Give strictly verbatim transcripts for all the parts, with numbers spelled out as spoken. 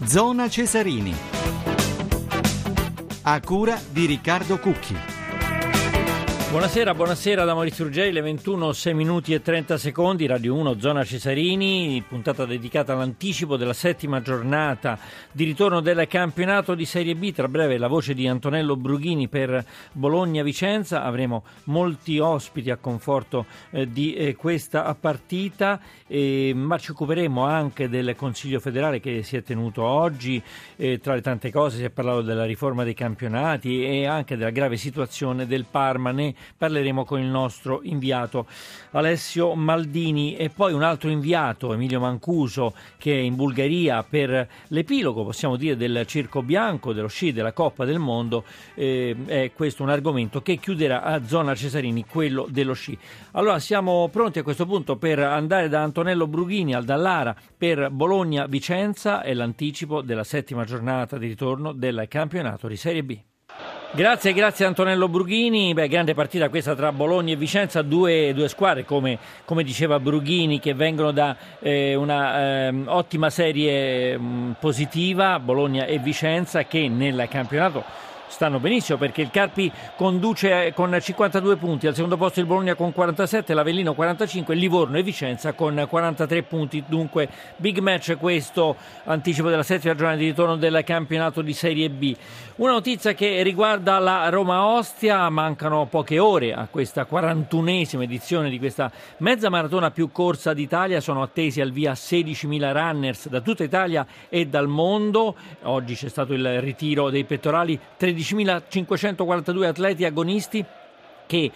Zona Cesarini, a cura di Riccardo Cucchi. Buonasera, buonasera da Maurizio Ruggeri, le ventuno, sei minuti e trenta secondi, Radio uno, Zona Cesarini, puntata dedicata all'anticipo della settima giornata di ritorno del campionato di Serie B. Tra breve la voce di Antonello Brughini per Bologna-Vicenza, avremo molti ospiti a conforto eh, di eh, questa partita, eh, ma ci occuperemo anche del Consiglio federale che si è tenuto oggi, eh, tra le tante cose si è parlato della riforma dei campionati e anche della grave situazione del Parma. Ne parleremo con il nostro inviato Alessio Maldini e poi un altro inviato, Emilio Mancuso, che è in Bulgaria per l'epilogo, possiamo dire, del Circo Bianco, dello sci, della Coppa del Mondo. Eh, è questo un argomento che chiuderà a Zona Cesarini, quello dello sci. Allora siamo pronti a questo punto per andare da Antonello Brughini al Dallara per Bologna-Vicenza e l'anticipo della settima giornata di ritorno del campionato di Serie B. Grazie, grazie Antonello Brughini. Beh, grande partita questa tra Bologna e Vicenza, due, due squadre come, come diceva Brughini che vengono da eh, una eh, ottima serie mh, positiva, Bologna e Vicenza, che nel campionato stanno benissimo perché il Carpi conduce con cinquantadue punti, al secondo posto il Bologna con quarantasette, l'Avellino quarantacinque, Livorno e Vicenza con quarantatré punti. Dunque big match questo, anticipo della settima giornata di ritorno del campionato di Serie B. Una notizia che riguarda la Roma-Ostia: mancano poche ore a questa quarantunesima edizione di questa mezza maratona più corsa d'Italia. Sono attesi al via sedicimila runners da tutta Italia e dal mondo. Oggi c'è stato il ritiro dei pettorali, tredicimilacinquecentoquarantadue atleti agonisti che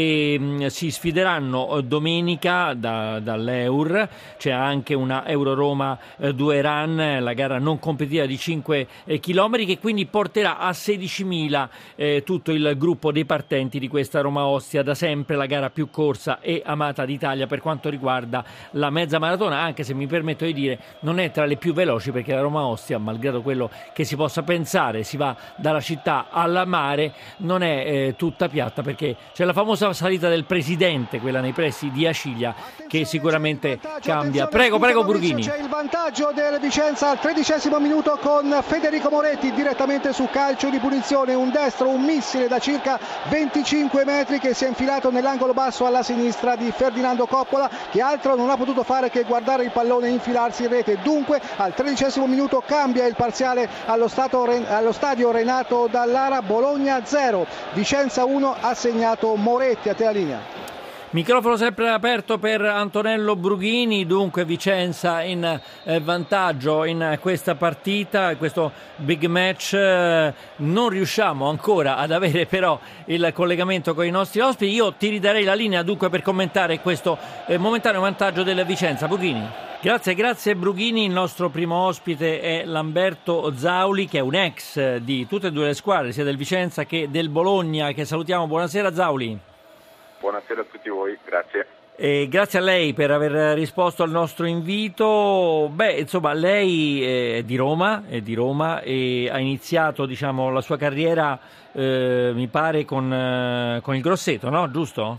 eh, si sfideranno domenica da, dall'Eur. C'è anche una Euro-Roma eh, due run, la gara non competitiva di cinque eh, chilometri, che quindi porterà a sedicimila eh, tutto il gruppo dei partenti di questa Roma-Ostia, da sempre la gara più corsa e amata d'Italia per quanto riguarda la mezza maratona, anche se mi permetto di dire non è tra le più veloci, perché la Roma-Ostia, malgrado quello che si possa pensare, si va dalla città al mare, non è eh, tutta piatta, perché c'è la famosa salita del presidente, quella nei pressi di Acilia, che sicuramente cambia. Prego, prego Brughini. C'è il vantaggio del Vicenza al tredicesimo minuto con Federico Moretti direttamente su calcio di punizione, un destro, un missile da circa venticinque metri che si è infilato nell'angolo basso alla sinistra di Ferdinando Coppola, che altro non ha potuto fare che guardare il pallone infilarsi in rete. Dunque al tredicesimo minuto cambia il parziale allo, stato, allo stadio Renato Dallara. Bologna zero, Vicenza uno, ha segnato Moretti. A te la linea. Microfono sempre aperto per Antonello Brughini. Dunque Vicenza in eh, vantaggio in questa partita, questo big match. Eh, non riusciamo ancora ad avere però il collegamento con i nostri ospiti. Io ti ridarei la linea dunque per commentare questo eh, momentaneo vantaggio del Vicenza. Brughini. Grazie, grazie Brughini. Il nostro primo ospite è Lamberto Zauli, che è un ex di tutte e due le squadre, sia del Vicenza che del Bologna, che salutiamo. Buonasera Zauli. Buonasera a tutti voi, grazie. E grazie a lei per aver risposto al nostro invito. Beh, insomma, lei è di Roma, è di Roma e ha iniziato, diciamo, la sua carriera, eh, mi pare, con, eh, con il Grosseto, no? Giusto?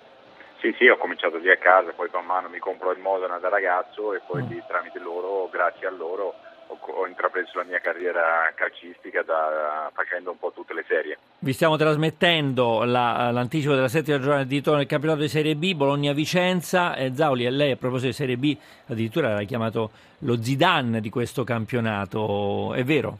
Sì, sì, ho cominciato lì a casa, poi man mano mi compro il Modena da ragazzo e poi mm. lì, tramite loro, grazie a loro, ho, ho intrapreso la mia carriera calcistica da, facendo un po' tutte le serie. Vi stiamo trasmettendo la, l'anticipo della settima giornata di ritorno del campionato di Serie B, Bologna-Vicenza. E Zauli, a lei a proposito di Serie B addirittura l'ha chiamato lo Zidane di questo campionato, è vero?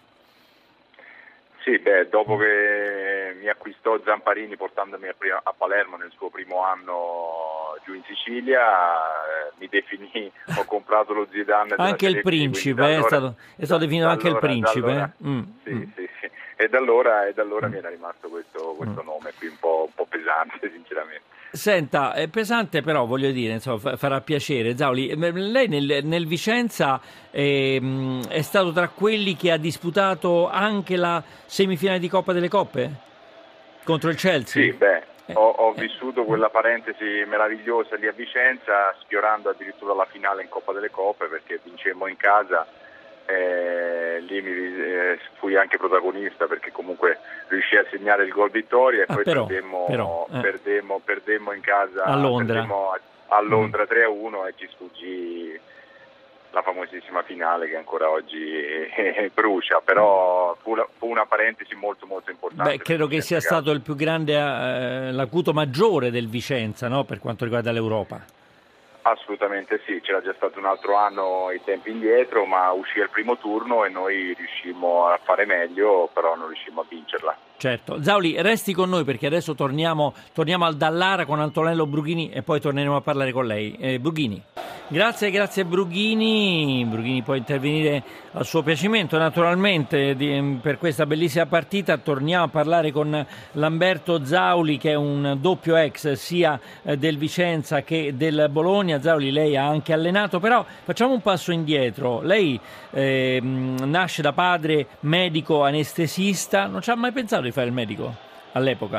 Sì, beh, dopo che mi acquistò Zamparini portandomi a, prima, a Palermo nel suo primo anno giù in Sicilia, eh, mi definì, ho comprato lo Zidane. Anche il principe, allora, è, stato, è stato definito anche il principe. Allora, mm. Sì, mm. sì, sì. E da allora, e da allora mm. mi era rimasto questo, questo mm. nome qui un po', un po' pesante, sinceramente. Senta, è pesante però, voglio dire, insomma, farà piacere. Zauli, lei nel, nel Vicenza è, è stato tra quelli che ha disputato anche la semifinale di Coppa delle Coppe contro il Chelsea? Sì, beh, eh, ho, ho eh, vissuto quella parentesi meravigliosa lì a Vicenza, sfiorando addirittura la finale in Coppa delle Coppe, perché vincemmo in casa. Eh, lì mi, eh, fui anche protagonista, perché comunque riuscì a segnare il gol vittoria e ah, poi però, perdemmo, però, eh. perdemmo, perdemmo in casa a Londra, perdemmo a, a Londra mm. tre a uno e ci sfuggì la famosissima finale che ancora oggi brucia, però fu, la, fu una parentesi molto molto importante. Beh, credo che sia stato il più grande, eh, l'acuto maggiore del Vicenza, no? Per quanto riguarda l'Europa. Assolutamente sì, c'era già stato un altro anno i tempi indietro, ma uscì al primo turno e noi riuscimmo a fare meglio, però non riuscimmo a vincerla. Certo. Zauli, resti con noi perché adesso torniamo, torniamo al Dallara con Antonello Brughini e poi torneremo a parlare con lei. Eh, Brughini. Grazie, grazie Brughini. Brughini può intervenire a suo piacimento naturalmente di, per questa bellissima partita. Torniamo a parlare con Lamberto Zauli, che è un doppio ex sia del Vicenza che del Bologna. Zauli, lei ha anche allenato, però facciamo un passo indietro. Lei eh, nasce da padre medico anestesista, non ci ha mai pensato di fare il medico all'epoca?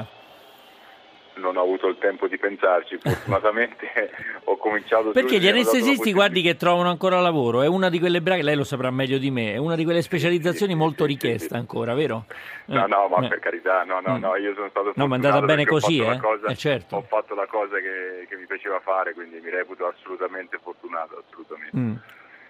Non ho avuto il tempo di pensarci, fortunatamente ho cominciato... Perché gli anestesisti, guardi che trovano ancora lavoro, è una di quelle braghe, lei lo saprà meglio di me, è una di quelle specializzazioni molto richiesta ancora, vero? No, no, ma eh. per carità, no, no, no, io sono stato fortunato. No, ma è andata bene così, ho eh? Cosa, eh certo. Ho fatto la cosa che, che mi piaceva fare, quindi mi reputo assolutamente fortunato, assolutamente. Mm.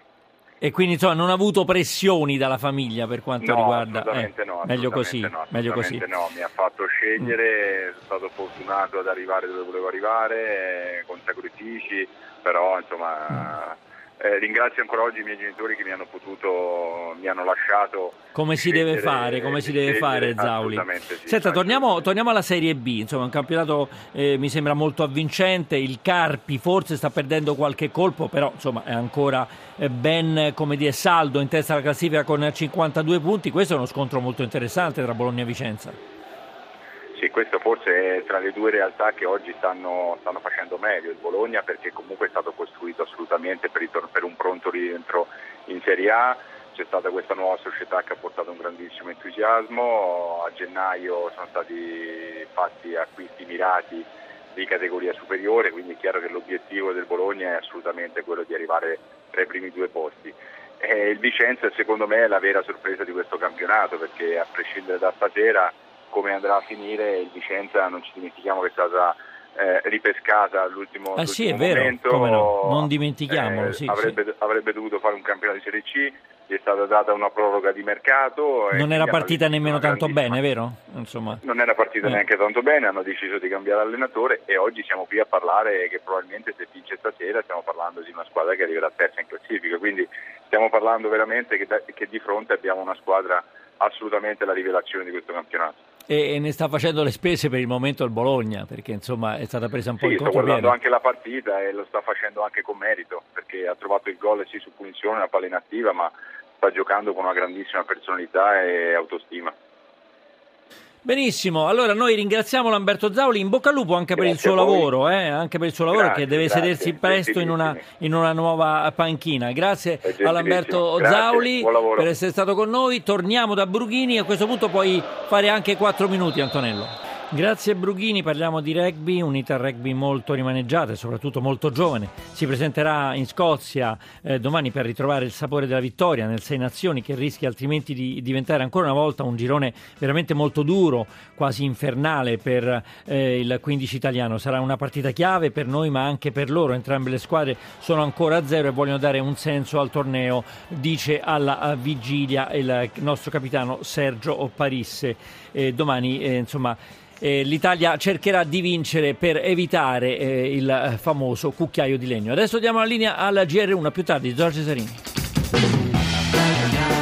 E quindi insomma non ha avuto pressioni dalla famiglia per quanto no, riguarda assolutamente eh, no, meglio assolutamente così, no, meglio così. No, mi ha fatto scegliere, mm. sono stato fortunato ad arrivare dove volevo arrivare, eh, con sacrifici, però insomma mm. eh, ringrazio ancora oggi i miei genitori che mi hanno potuto, mi hanno lasciato come si deve fare, come si deve fare, Zauli. Sì, Senta, torniamo, torniamo alla Serie B, insomma un campionato eh, mi sembra molto avvincente, il Carpi forse sta perdendo qualche colpo, però insomma è ancora eh, ben, come dire, saldo in testa alla classifica con cinquantadue punti. Questo è uno scontro molto interessante tra Bologna e Vicenza. Sì, questo forse è tra le due realtà che oggi stanno, stanno facendo meglio. Il Bologna perché comunque è stato costruito assolutamente per, ritor- per un pronto rientro in Serie A, c'è stata questa nuova società che ha portato un grandissimo entusiasmo, a gennaio sono stati fatti acquisti mirati di categoria superiore, quindi è chiaro che l'obiettivo del Bologna è assolutamente quello di arrivare tra i primi due posti. E il Vicenza secondo me è la vera sorpresa di questo campionato, perché a prescindere da stasera come andrà a finire, il Vicenza non ci dimentichiamo che è stata eh, ripescata all'ultimo, ah, sì, all'ultimo è vero, momento, come no, non dimentichiamolo. eh, sì, avrebbe, sì. avrebbe dovuto fare un campionato di Serie C, gli è stata data una proroga di mercato. Non e era partita nemmeno tanto grandissima... bene, vero? Insomma. Non era partita eh. neanche tanto bene, hanno deciso di cambiare allenatore e oggi siamo qui a parlare che probabilmente se vince stasera stiamo parlando di una squadra che arriverà terza in classifica, quindi stiamo parlando veramente che, da, che di fronte abbiamo una squadra assolutamente la rivelazione di questo campionato. E, e ne sta facendo le spese per il momento il Bologna, perché insomma è stata presa un po' sì, in contropiede. Sto guardando contropiede. anche la partita e lo sta facendo anche con merito, perché ha trovato il gol sì su punizione, una palla inattiva, ma sta giocando con una grandissima personalità e autostima. Benissimo, allora noi ringraziamo Lamberto Zauli, in bocca al lupo anche Grazie per il suo lavoro, eh, anche per il suo lavoro grazie, che deve grazie, sedersi presto in una, in una nuova panchina. Grazie a Lamberto grazie, Zauli per essere stato con noi, torniamo da Brughini, a questo punto puoi fare anche quattro minuti Antonello. Grazie Brughini, parliamo di rugby, unità rugby molto rimaneggiata e soprattutto molto giovane. Si presenterà in Scozia eh, domani per ritrovare il sapore della vittoria nel Sei Nazioni, che rischia altrimenti di diventare ancora una volta un girone veramente molto duro, quasi infernale per eh, il quindici italiano. Sarà una partita chiave per noi ma anche per loro, entrambe le squadre sono ancora a zero e vogliono dare un senso al torneo, dice alla vigilia il nostro capitano Sergio Parisse. Eh, domani eh, insomma Eh, l'Italia cercherà di vincere per evitare eh, il famoso cucchiaio di legno. Adesso diamo la linea alla G R uno, più tardi Giorgio Cesarini.